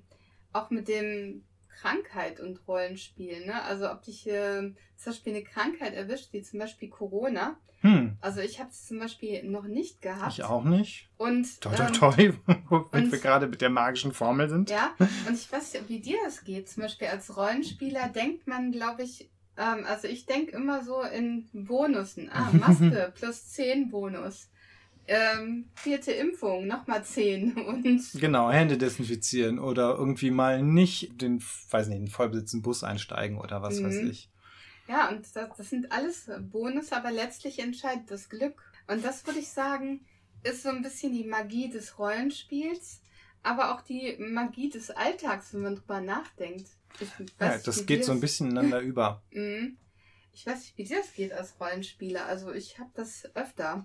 Krankheit und Rollenspiel, ne? Also ob dich zum Beispiel eine Krankheit erwischt, wie zum Beispiel Corona. Also ich habe es zum Beispiel noch nicht gehabt.
Ich auch nicht.
Und
toi, wenn wir gerade mit der magischen Formel sind.
Ja, und ich weiß nicht, wie dir das geht. Zum Beispiel als Rollenspieler denkt man, glaube ich, also ich denke immer so in Bonussen. Maske plus 10 Bonus. 4. Impfung, nochmal 10. Und
genau, Hände desinfizieren oder irgendwie mal nicht den vollbesitzten Bus einsteigen oder was weiß ich.
Ja, und das sind alles Bonus, aber letztlich entscheidet das Glück. Und das würde ich sagen, ist so ein bisschen die Magie des Rollenspiels, aber auch die Magie des Alltags, wenn man drüber nachdenkt.
Das geht so ein bisschen ineinander über.
Ich weiß nicht, wie dir das geht als Rollenspieler. Also ich habe das öfter.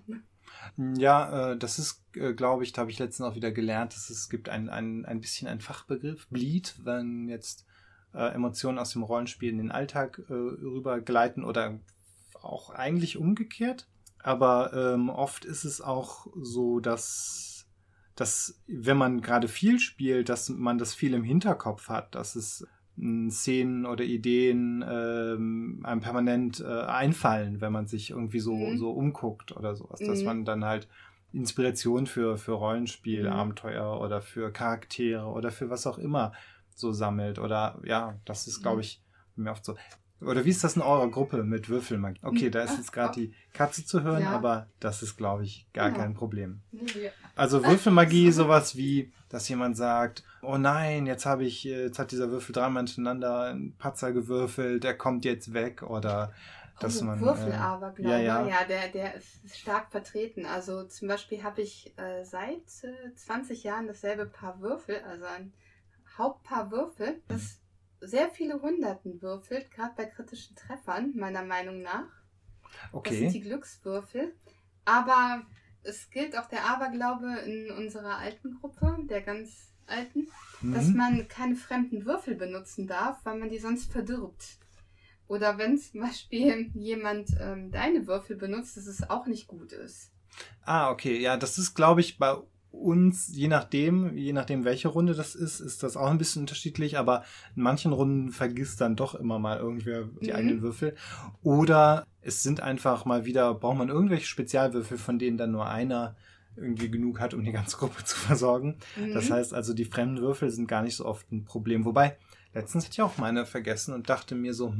Ja, das ist, glaube ich, da habe ich letztens auch wieder gelernt, dass es gibt ein bisschen einen Fachbegriff, Bleed, wenn jetzt Emotionen aus dem Rollenspiel in den Alltag rübergleiten oder auch eigentlich umgekehrt. Aber oft ist es auch so, dass wenn man gerade viel spielt, dass man das viel im Hinterkopf hat, dass es Szenen oder Ideen einem permanent einfallen, wenn man sich irgendwie so umguckt oder sowas, dass man dann halt Inspiration für Rollenspiel, Abenteuer oder für Charaktere oder für was auch immer so sammelt oder das ist, glaube ich, mir oft so. Oder wie ist das in eurer Gruppe mit Würfelmagie? Okay, da ist jetzt gerade die Katze zu hören, aber das ist, glaube ich, gar kein Problem. Also Würfelmagie, sowas wie, dass jemand sagt, oh nein, jetzt hat dieser Würfel 3-mal hintereinander einen Patzer gewürfelt, der kommt jetzt weg, oder dass man...
Würfelaberglaube, der ist stark vertreten. Also zum Beispiel habe ich seit 20 Jahren dasselbe Paar Würfel, also ein Hauptpaar Würfel, das sehr viele Hunderten würfelt, gerade bei kritischen Treffern, meiner Meinung nach. Okay. Das sind die Glückswürfel. Aber es gilt auch der Aberglaube in unserer alten Gruppe, der ganz alten, dass man keine fremden Würfel benutzen darf, weil man die sonst verdirbt. Oder wenn zum Beispiel jemand deine Würfel benutzt, dass es auch nicht gut ist.
Okay. Ja, das ist, glaube ich, bei uns, je nachdem, welche Runde das ist das auch ein bisschen unterschiedlich, aber in manchen Runden vergisst dann doch immer mal irgendwer die eigenen Würfel. Oder es sind einfach mal wieder, braucht man irgendwelche Spezialwürfel, von denen dann nur einer irgendwie genug hat, um die ganze Gruppe zu versorgen. Das heißt also, die fremden Würfel sind gar nicht so oft ein Problem. Wobei, letztens hatte ich auch meine vergessen und dachte mir so,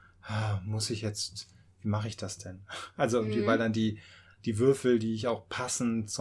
muss ich jetzt, wie mache ich das denn? Also irgendwie, weil dann die Würfel, die ich auch passend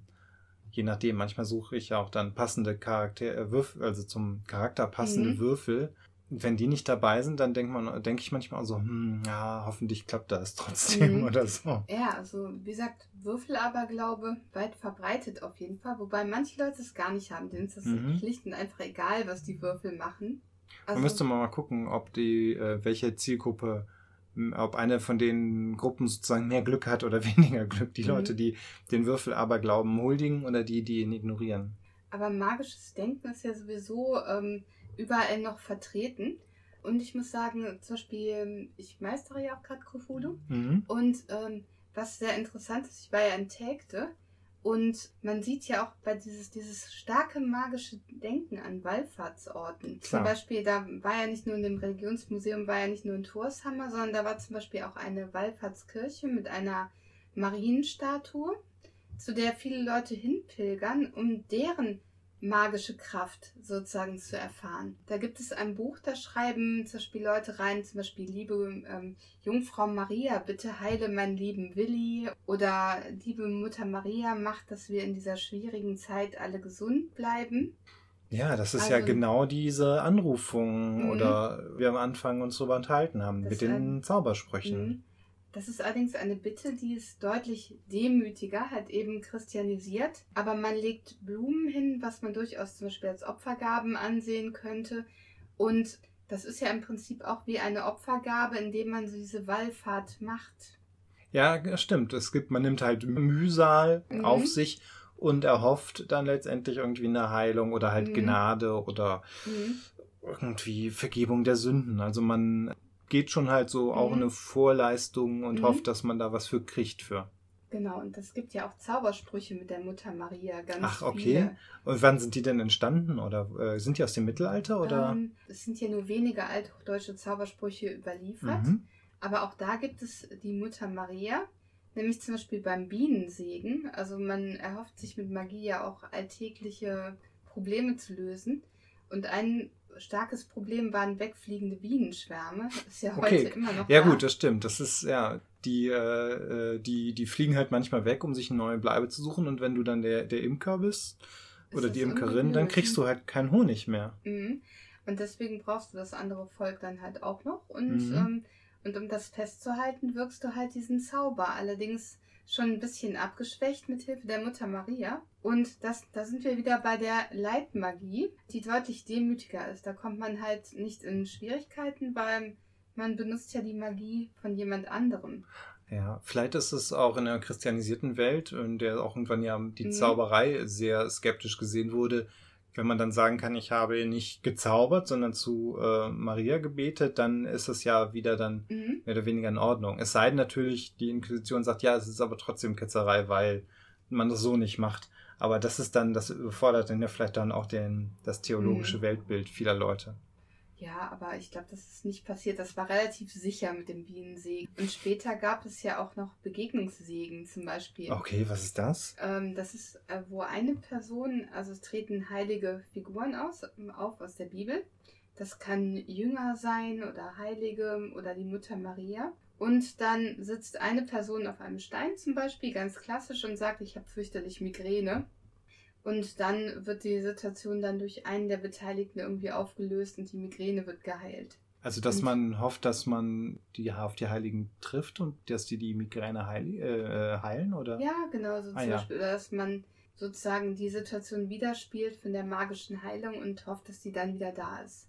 je nachdem, manchmal suche ich ja auch dann passende Würfel, also zum Charakter passende Würfel. Und wenn die nicht dabei sind, dann denke ich manchmal auch so, hoffentlich klappt das trotzdem oder so.
Ja, also wie gesagt, Würfelaberglaube weit verbreitet auf jeden Fall, wobei manche Leute es gar nicht haben, denen ist das schlicht und einfach egal, was die Würfel machen. Also,
man müsste mal gucken, ob welche Zielgruppe, ob eine von den Gruppen sozusagen mehr Glück hat oder weniger Glück. Die Leute, die den Würfelaberglauben huldigen oder die ihn ignorieren.
Aber magisches Denken ist ja sowieso überall noch vertreten. Und ich muss sagen, zum Beispiel, ich meistere ja auch gerade Cthulhu. Und was sehr interessant ist, ich war ja in Telgte und man sieht ja auch bei dieses starke magische Denken an Wallfahrtsorten.
Klar.
Zum Beispiel, da war ja nicht nur in dem Religionsmuseum, war ja nicht nur ein Torshammer, sondern da war zum Beispiel auch eine Wallfahrtskirche mit einer Marienstatue, zu der viele Leute hinpilgern, um deren magische Kraft sozusagen zu erfahren. Da gibt es ein Buch, da schreiben zum Beispiel Leute rein, zum Beispiel liebe Jungfrau Maria, bitte heile meinen lieben Willi, oder liebe Mutter Maria, macht, dass wir in dieser schwierigen Zeit alle gesund bleiben.
Ja, das ist ja genau diese Anrufung oder wir am Anfang uns darüber unterhalten haben mit den Zaubersprüchen.
Das ist allerdings eine Bitte, die ist deutlich demütiger, halt eben christianisiert. Aber man legt Blumen hin, was man durchaus zum Beispiel als Opfergaben ansehen könnte. Und das ist ja im Prinzip auch wie eine Opfergabe, indem man so diese Wallfahrt macht.
Ja, stimmt. Man nimmt halt Mühsal auf sich und erhofft dann letztendlich irgendwie eine Heilung oder halt Gnade oder irgendwie Vergebung der Sünden. Also man geht schon halt so auch eine Vorleistung und hofft, dass man da was für kriegt für.
Genau, und es gibt ja auch Zaubersprüche mit der Mutter Maria, ganz viele.
Ach, okay. Viele. Und wann sind die denn entstanden? Oder sind die aus dem Mittelalter? Oder?
Es sind ja nur wenige althochdeutsche Zaubersprüche überliefert. Aber auch da gibt es die Mutter Maria, nämlich zum Beispiel beim Bienensegen. Also man erhofft sich mit Magie ja auch alltägliche Probleme zu lösen. Und ein starkes Problem waren wegfliegende Bienenschwärme. Das ist ja heute immer noch
Ja gut, das stimmt. Das ist die fliegen halt manchmal weg, um sich eine neue Bleibe zu suchen. Und wenn du dann der Imker bist oder die Imkerin, dann kriegst du halt keinen Honig mehr.
Und deswegen brauchst du das andere Volk dann halt auch noch. Und um das festzuhalten, wirkst du halt diesen Zauber. Allerdings schon ein bisschen abgeschwächt mit Hilfe der Mutter Maria. Und da sind wir wieder bei der Leitmagie, die deutlich demütiger ist. Da kommt man halt nicht in Schwierigkeiten, weil man benutzt ja die Magie von jemand anderem.
Ja, vielleicht ist es auch in der christianisierten Welt, in der auch irgendwann ja die Zauberei sehr skeptisch gesehen wurde. Wenn man dann sagen kann, ich habe nicht gezaubert, sondern zu Maria gebetet, dann ist es ja wieder dann mehr oder weniger in Ordnung. Es sei denn natürlich, die Inquisition sagt, ja, es ist aber trotzdem Ketzerei, weil man das so nicht macht. Aber das überfordert dann ja vielleicht dann auch das theologische Weltbild vieler Leute.
Ja, aber ich glaube, das ist nicht passiert. Das war relativ sicher mit dem Bienensegen. Und später gab es ja auch noch Begegnungssegen zum Beispiel.
Okay, was ist das?
Das ist, wo eine Person, also es treten heilige Figuren auf aus der Bibel. Das kann Jünger sein oder Heilige oder die Mutter Maria. Und dann sitzt eine Person auf einem Stein zum Beispiel, ganz klassisch, und sagt, ich habe fürchterlich Migräne. Und dann wird die Situation dann durch einen der Beteiligten irgendwie aufgelöst und die Migräne wird geheilt.
Also, dass man hofft, dass man auf die Heiligen trifft und dass die Migräne heilen, oder?
Ja, genau, so zum Beispiel. Oder dass man sozusagen die Situation widerspielt von der magischen Heilung und hofft, dass die dann wieder da ist.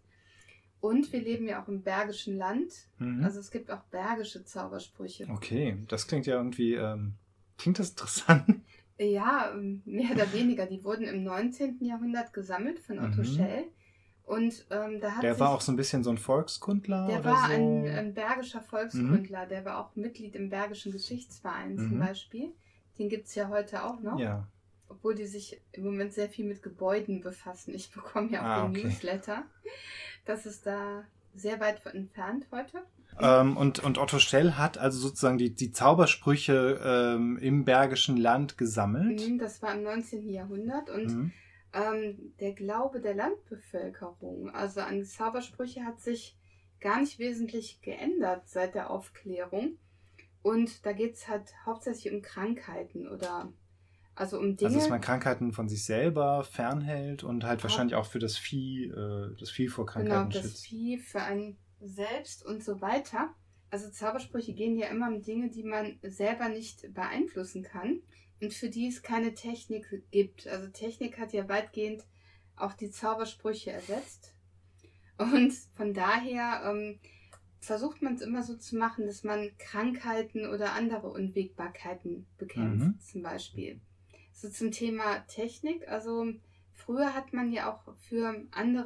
Und wir leben ja auch im Bergischen Land. Also es gibt auch bergische Zaubersprüche.
Okay, das klingt ja irgendwie, klingt das interessant?
Ja, mehr oder weniger. Die wurden im 19. Jahrhundert gesammelt von Otto Schell. Und
der war auch so ein bisschen so ein Volkskundler?
Der war ein bergischer Volkskundler. Der war auch Mitglied im Bergischen Geschichtsverein zum Beispiel. Den gibt es ja heute auch noch.
Ja.
Obwohl die sich im Moment sehr viel mit Gebäuden befassen. Ich bekomme ja auch den Newsletter. Das ist da sehr weit entfernt heute.
Und Otto Stell hat also sozusagen die Zaubersprüche im Bergischen Land gesammelt.
Das war im 19. Jahrhundert und der Glaube der Landbevölkerung, also an Zaubersprüche, hat sich gar nicht wesentlich geändert seit der Aufklärung. Und da geht es halt hauptsächlich um Krankheiten oder also um Dinge.
Also dass man Krankheiten von sich selber fernhält und halt wahrscheinlich auch für das Vieh vor Krankheiten schützt. Genau,
das Vieh für einen selbst und so weiter. Also Zaubersprüche gehen ja immer um Dinge, die man selber nicht beeinflussen kann und für die es keine Technik gibt. Also Technik hat ja weitgehend auch die Zaubersprüche ersetzt. Und von daher versucht man es immer so zu machen, dass man Krankheiten oder andere Unwägbarkeiten bekämpft, zum Beispiel. So zum Thema Technik, also früher hat man ja auch für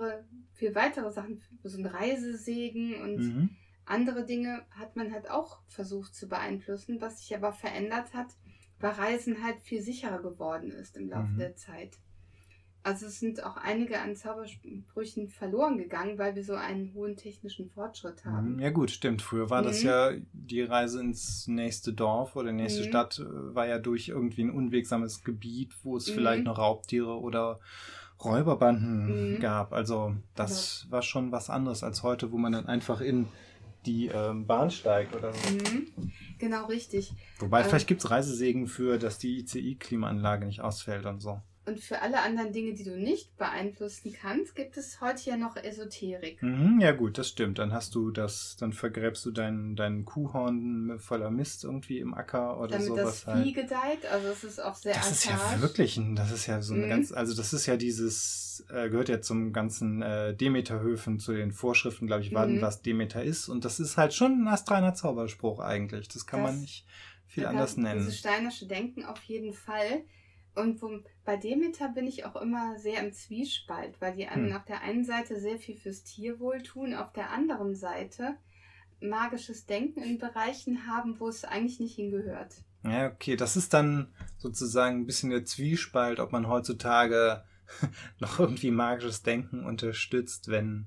weitere Sachen, für so ein Reisesegen und andere Dinge hat man halt auch versucht zu beeinflussen. Was sich aber verändert hat, weil Reisen halt viel sicherer geworden ist im Laufe der Zeit. Also es sind auch einige an Zaubersprüchen verloren gegangen, weil wir so einen hohen technischen Fortschritt haben.
Ja gut, stimmt. Früher war das ja die Reise ins nächste Dorf oder nächste Stadt, war ja durch irgendwie ein unwegsames Gebiet, wo es vielleicht noch Raubtiere oder Räuberbanden gab. Also das war schon was anderes als heute, wo man dann einfach in die Bahn steigt oder so.
Genau, richtig.
Wobei vielleicht gibt es Reisesegen für, dass die ICI-Klimaanlage nicht ausfällt und so.
Und für alle anderen Dinge, die du nicht beeinflussen kannst, gibt es heute ja noch Esoterik.
Ja gut, das stimmt. Dann dann vergräbst du deinen Kuhhorn voller Mist irgendwie im Acker oder
damit
sowas.
Damit das Vieh gedeiht, also es ist auch sehr
Das ist ja wirklich, das ist ja so eine ganz, also das ist ja gehört ja zum ganzen Demeterhöfen, zu den Vorschriften, glaube ich, was Demeter ist. Und das ist halt schon ein astreiner Zauberspruch eigentlich. Das kann man nicht viel anders nennen.
Dieses steinersche Denken auf jeden Fall. Und bei Demeter bin ich auch immer sehr im Zwiespalt, weil die auf der einen Seite sehr viel fürs Tierwohl tun, auf der anderen Seite magisches Denken in Bereichen haben, wo es eigentlich nicht hingehört.
Ja, okay, das ist dann sozusagen ein bisschen der Zwiespalt, ob man heutzutage noch irgendwie magisches Denken unterstützt, wenn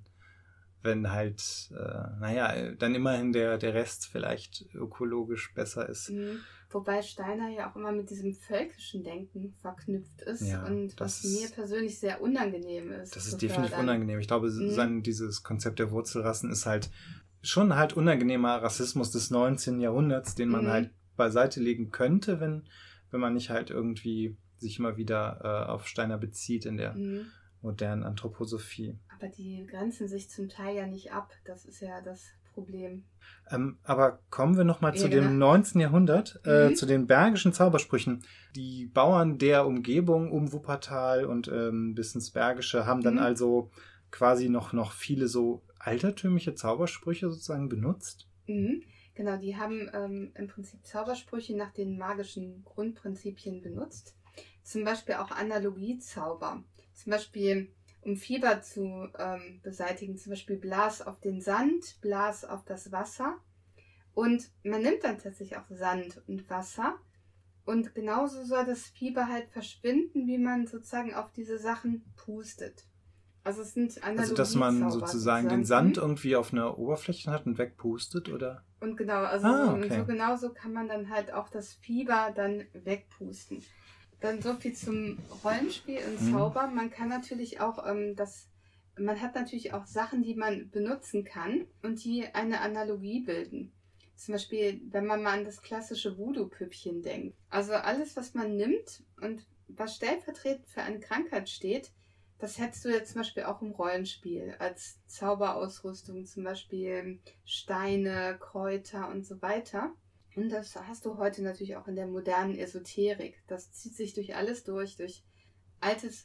halt, dann immerhin der Rest vielleicht ökologisch besser ist.
Wobei Steiner ja auch immer mit diesem völkischen Denken verknüpft ist und was mir persönlich sehr unangenehm ist.
Das ist definitiv unangenehm. Ich glaube, dieses Konzept der Wurzelrassen ist halt schon halt unangenehmer Rassismus des 19. Jahrhunderts, den man halt beiseite legen könnte, wenn man nicht halt irgendwie sich immer wieder auf Steiner bezieht in der modernen Anthroposophie.
Aber die grenzen sich zum Teil ja nicht ab. Das ist ja das Problem.
Aber kommen wir nochmal zu dem 19. Jahrhundert, zu den bergischen Zaubersprüchen. Die Bauern der Umgebung um Wuppertal und bis ins Bergische haben dann also quasi noch viele so altertümliche Zaubersprüche sozusagen benutzt.
Genau, die haben im Prinzip Zaubersprüche nach den magischen Grundprinzipien benutzt. Zum Beispiel auch Analogiezauber. Zum Beispiel um Fieber zu beseitigen, zum Beispiel Blas auf den Sand, Blas auf das Wasser. Und man nimmt dann tatsächlich auch Sand und Wasser. Und genauso soll das Fieber halt verschwinden, wie man sozusagen auf diese Sachen pustet. Also es sind Analogiezauber.
Also dass man sozusagen den Sand irgendwie auf einer Oberfläche hat und wegpustet, oder?
Und genau, also so genauso kann man dann halt auch das Fieber dann wegpusten. Dann so viel zum Rollenspiel und Zauber. Man kann natürlich auch man hat natürlich auch Sachen, die man benutzen kann und die eine Analogie bilden. Zum Beispiel, wenn man mal an das klassische Voodoo-Püppchen denkt. Also alles, was man nimmt und was stellvertretend für eine Krankheit steht, das hättest du jetzt zum Beispiel auch im Rollenspiel als Zauberausrüstung, zum Beispiel Steine, Kräuter und so weiter. Und das hast du heute natürlich auch in der modernen Esoterik. Das zieht sich durch alles durch altes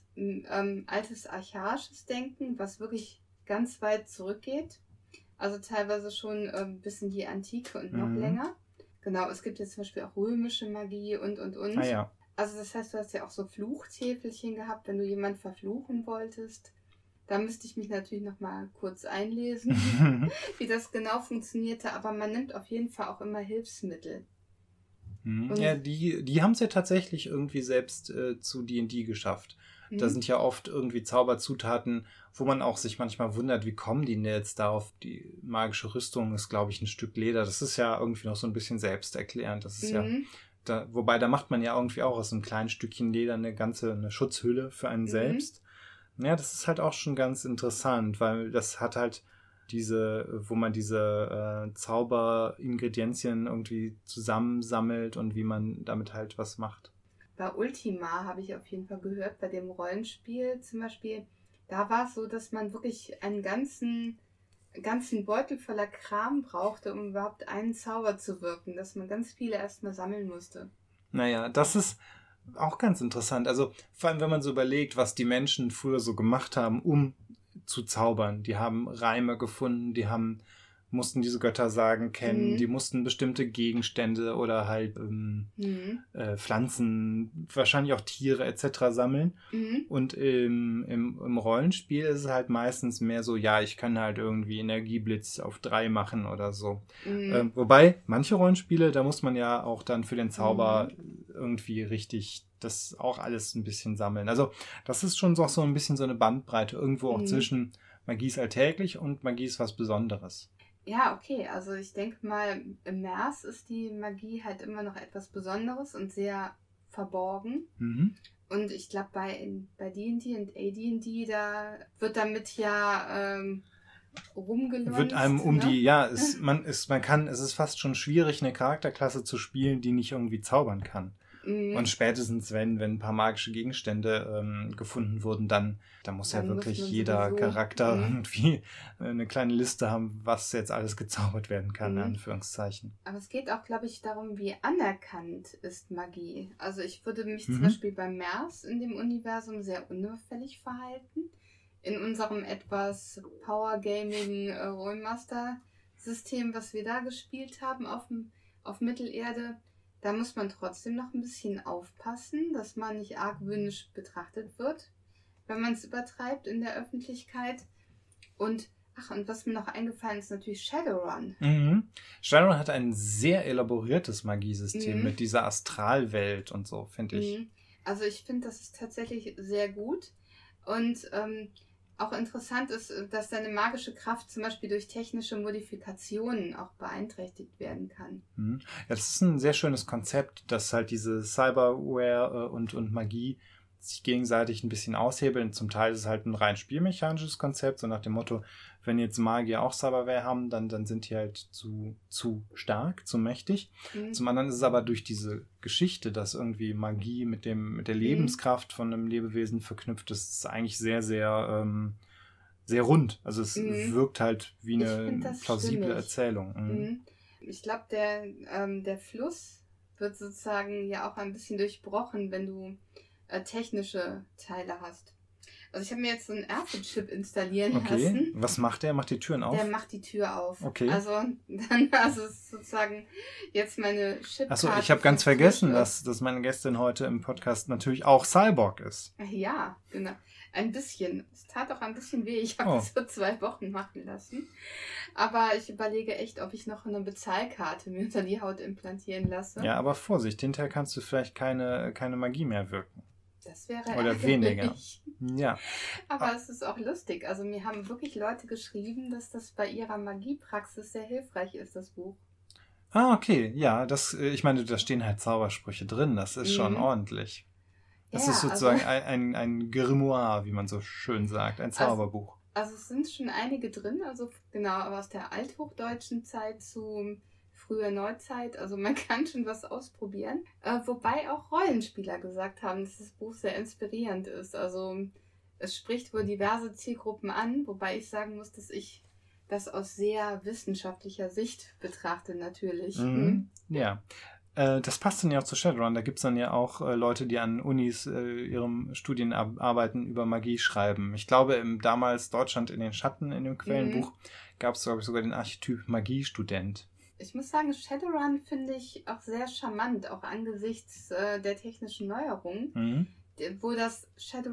archaisches Denken, was wirklich ganz weit zurückgeht. Also teilweise schon bis in die Antike und noch länger. Genau, es gibt jetzt zum Beispiel auch römische Magie und.
Ah, ja.
Also das heißt, du hast ja auch so Fluchtäfelchen gehabt, wenn du jemanden verfluchen wolltest. Da müsste ich mich natürlich noch mal kurz einlesen, wie das genau funktionierte. Aber man nimmt auf jeden Fall auch immer Hilfsmittel.
Ja, die haben es ja tatsächlich irgendwie selbst zu D&D geschafft. Da sind ja oft irgendwie Zauberzutaten, wo man auch sich manchmal wundert, wie kommen die denn jetzt darauf? Die magische Rüstung ist, glaube ich, ein Stück Leder. Das ist ja irgendwie noch so ein bisschen selbsterklärend. Das ist wobei da macht man ja irgendwie auch aus einem kleinen Stückchen Leder eine Schutzhülle für einen selbst. Ja, das ist halt auch schon ganz interessant, weil das hat halt wo man diese Zauberingredienzien irgendwie zusammensammelt und wie man damit halt was macht.
Bei Ultima habe ich auf jeden Fall gehört, bei dem Rollenspiel zum Beispiel, da war es so, dass man wirklich einen ganzen Beutel voller Kram brauchte, um überhaupt einen Zauber zu wirken, dass man ganz viele erstmal sammeln musste.
Naja, das ist auch ganz interessant. Also vor allem, wenn man so überlegt, was die Menschen früher so gemacht haben, um zu zaubern. Die haben Reime gefunden, mussten diese Göttersagen kennen, die mussten bestimmte Gegenstände oder halt Pflanzen, wahrscheinlich auch Tiere etc. sammeln. Und im Rollenspiel ist es halt meistens mehr so, ja, ich kann halt irgendwie Energieblitz auf 3 machen oder so. Wobei, manche Rollenspiele, da muss man ja auch dann für den Zauber irgendwie richtig das auch alles ein bisschen sammeln. Also das ist schon so ein bisschen so eine Bandbreite irgendwo auch zwischen Magie ist alltäglich und Magie ist was Besonderes.
Ja, okay. Also ich denke mal, im Mers ist die Magie halt immer noch etwas Besonderes und sehr verborgen. Und ich glaube, bei D&D und AD&D, da wird damit ja rumgelunzt.
Wird einem es ist fast schon schwierig, eine Charakterklasse zu spielen, die nicht irgendwie zaubern kann. Und spätestens, wenn ein paar magische Gegenstände gefunden wurden, dann muss ja wirklich jeder Charakter irgendwie eine kleine Liste haben, was jetzt alles gezaubert werden kann, in Anführungszeichen.
Aber es geht auch, glaube ich, darum, wie anerkannt ist Magie. Also ich würde mich zum Beispiel beim Mers in dem Universum sehr unauffällig verhalten. In unserem etwas Power-Gaming-Rollenmaster-System, was wir da gespielt haben auf Mittelerde, da muss man trotzdem noch ein bisschen aufpassen, dass man nicht argwöhnisch betrachtet wird, wenn man es übertreibt in der Öffentlichkeit. Und was mir noch eingefallen ist, natürlich Shadowrun.
Shadowrun hat ein sehr elaboriertes Magiesystem mit dieser Astralwelt und so, finde ich.
Also ich finde, das ist tatsächlich sehr gut. Und auch interessant ist, dass deine magische Kraft zum Beispiel durch technische Modifikationen auch beeinträchtigt werden kann.
Ja, das ist ein sehr schönes Konzept, dass halt diese Cyberware und Magie sich gegenseitig ein bisschen aushebeln. Zum Teil ist es halt ein rein spielmechanisches Konzept, so nach dem Motto, wenn jetzt Magier auch Cyberware haben, dann sind die halt zu stark, zu mächtig. Zum anderen ist es aber durch diese Geschichte, dass irgendwie Magie mit der Lebenskraft von einem Lebewesen verknüpft ist, eigentlich sehr, sehr, sehr rund. Also es wirkt halt wie eine plausible Erzählung.
Ich glaube, der Fluss wird sozusagen ja auch ein bisschen durchbrochen, wenn du technische Teile hast. Also ich habe mir jetzt so einen Erfe-Chip installieren lassen.
Was macht der? Macht die Türen auf?
Der macht die Tür auf.
Okay.
Also ist sozusagen jetzt meine Chipkarte.
Achso, ich habe ganz vergessen, dass meine Gästin heute im Podcast natürlich auch Cyborg ist.
Ja, genau. Ein bisschen. Es tat auch ein bisschen weh. Ich habe das für 2 Wochen machen lassen. Aber ich überlege echt, ob ich noch eine Bezahlkarte mir unter die Haut implantieren lasse.
Ja, aber Vorsicht, hinterher kannst du vielleicht keine Magie mehr wirken.
Das wäre
oder weniger. Ja.
Aber es ist auch lustig. Also mir haben wirklich Leute geschrieben, dass das bei ihrer Magiepraxis sehr hilfreich ist, das Buch.
Ah, okay. Ja, ich meine, da stehen halt Zaubersprüche drin. Das ist schon ordentlich. Das ist sozusagen ein Grimoire, wie man so schön sagt. Ein Zauberbuch.
Also es sind schon einige drin. Also genau, aber aus der althochdeutschen Zeit zu früher Neuzeit. Also man kann schon was ausprobieren. Wobei auch Rollenspieler gesagt haben, dass das Buch sehr inspirierend ist. Also es spricht wohl diverse Zielgruppen an, wobei ich sagen muss, dass ich das aus sehr wissenschaftlicher Sicht betrachte natürlich.
Ja, das passt dann ja auch zu Shadowrun. Da gibt es dann ja auch Leute, die an Unis ihrem Studienarbeiten über Magie schreiben. Ich glaube, im damals Deutschland in den Schatten, in dem Quellenbuch, gab es, glaube ich, sogar den Archetyp Magiestudent.
Ich muss sagen, Shadowrun finde ich auch sehr charmant, auch angesichts der technischen Neuerungen, wo das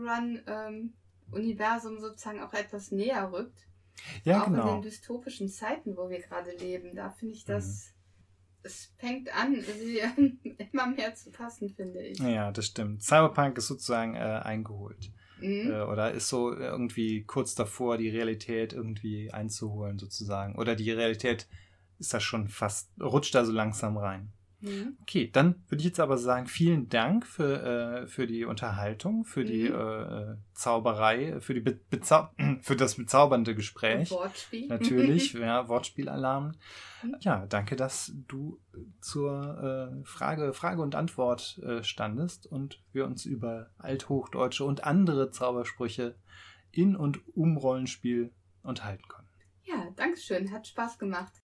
Shadowrun-Universum sozusagen auch etwas näher rückt.
Ja,
auch
genau.
in den dystopischen Zeiten, wo wir gerade leben, da finde ich das, es fängt an, immer mehr zu passen, finde ich.
Ja, das stimmt. Cyberpunk ist sozusagen eingeholt. Oder ist so irgendwie kurz davor, die Realität irgendwie einzuholen sozusagen. Oder die Realität ist da schon fast, rutscht da so langsam rein. Okay, dann würde ich jetzt aber sagen, vielen Dank für die Unterhaltung, für die Zauberei, für das bezaubernde Gespräch.
Wortspiel.
Natürlich, ja, Wortspielalarm. Ja, danke, dass du zur Frage und Antwort standest und wir uns über althochdeutsche und andere Zaubersprüche in und um Rollenspiel unterhalten konnten.
Ja, danke schön, hat Spaß gemacht.